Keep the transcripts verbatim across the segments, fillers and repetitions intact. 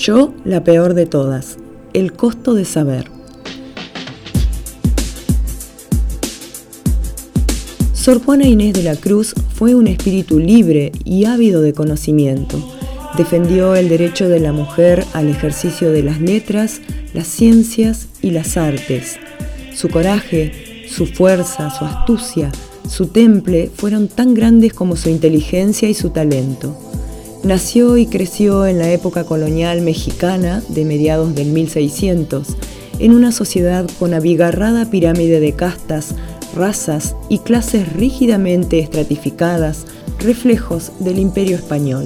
Yo, la peor de todas, el costo de saber. Sor Juana Inés de la Cruz fue un espíritu libre y ávido de conocimiento. Defendió el derecho de la mujer al ejercicio de las letras, las ciencias y las artes. Su coraje, su fuerza, su astucia, su temple fueron tan grandes como su inteligencia y su talento. Nació y creció en la época colonial mexicana de mediados del mil seiscientos, en una sociedad con abigarrada pirámide de castas, razas y clases rígidamente estratificadas, reflejos del Imperio Español.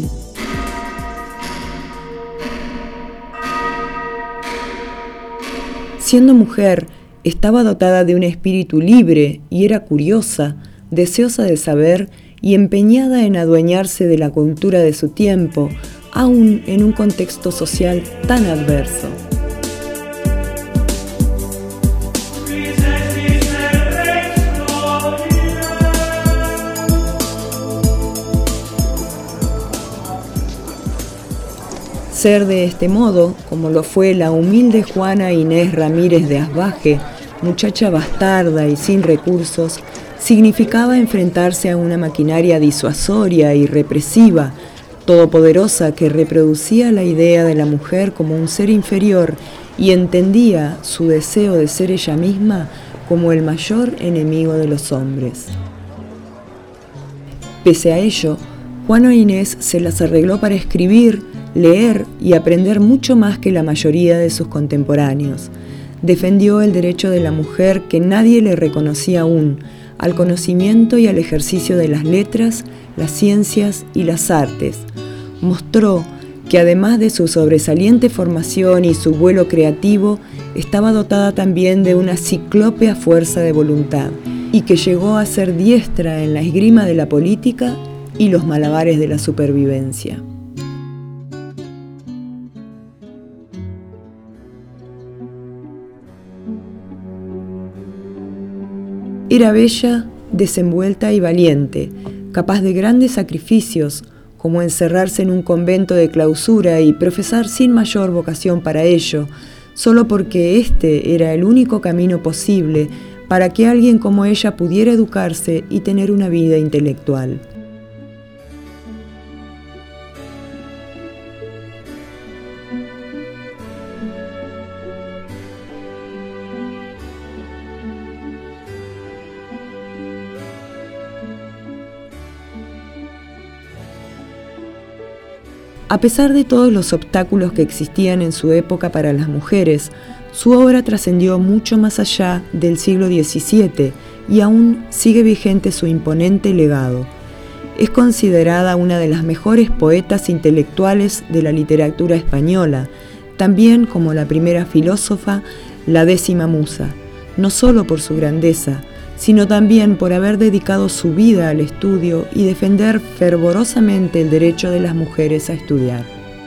Siendo mujer, estaba dotada de un espíritu libre y era curiosa, deseosa de saber y empeñada en adueñarse de la cultura de su tiempo, aun en un contexto social tan adverso. Ser de este modo, como lo fue la humilde Juana Inés Ramírez de Asbaje, muchacha bastarda y sin recursos, significaba enfrentarse a una maquinaria disuasoria y represiva, todopoderosa que reproducía la idea de la mujer como un ser inferior y entendía su deseo de ser ella misma como el mayor enemigo de los hombres. Pese a ello, Juana Inés se las arregló para escribir, leer y aprender mucho más que la mayoría de sus contemporáneos. Defendió el derecho de la mujer que nadie le reconocía aún, al conocimiento y al ejercicio de las letras, las ciencias y las artes. Mostró que además de su sobresaliente formación y su vuelo creativo, estaba dotada también de una ciclópea fuerza de voluntad, y que llegó a ser diestra en la esgrima de la política y los malabares de la supervivencia. Era bella, desenvuelta y valiente, capaz de grandes sacrificios, como encerrarse en un convento de clausura y profesar sin mayor vocación para ello, solo porque este era el único camino posible para que alguien como ella pudiera educarse y tener una vida intelectual. A pesar de todos los obstáculos que existían en su época para las mujeres, su obra trascendió mucho más allá del siglo diecisiete y aún sigue vigente su imponente legado. Es considerada una de las mejores poetas intelectuales de la literatura española, también como la primera filósofa, la décima musa, no solo por su grandeza, sino también por haber dedicado su vida al estudio y defender fervorosamente el derecho de las mujeres a estudiar.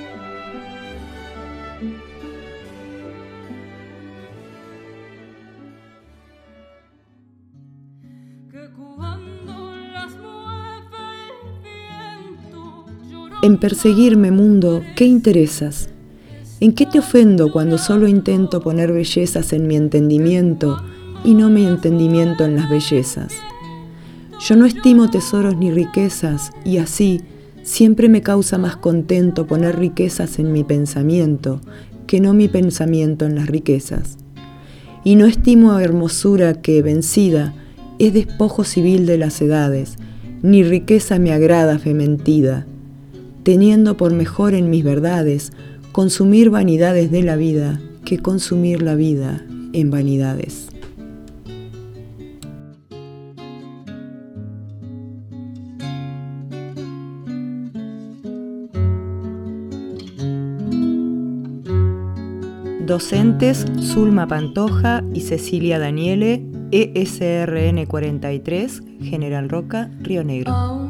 En perseguirme, mundo, ¿qué interesas? ¿En qué te ofendo cuando solo intento poner bellezas en mi entendimiento y no mi entendimiento en las bellezas? Yo no estimo tesoros ni riquezas, y así siempre me causa más contento poner riquezas en mi pensamiento que no mi pensamiento en las riquezas. Y no estimo hermosura que, vencida, es despojo civil de las edades, ni riqueza me agrada fementida, teniendo por mejor en mis verdades consumir vanidades de la vida que consumir la vida en vanidades. Docentes Zulma Pantoja y Cecilia Daniele, E S R N cuarenta y tres, General Roca, Río Negro.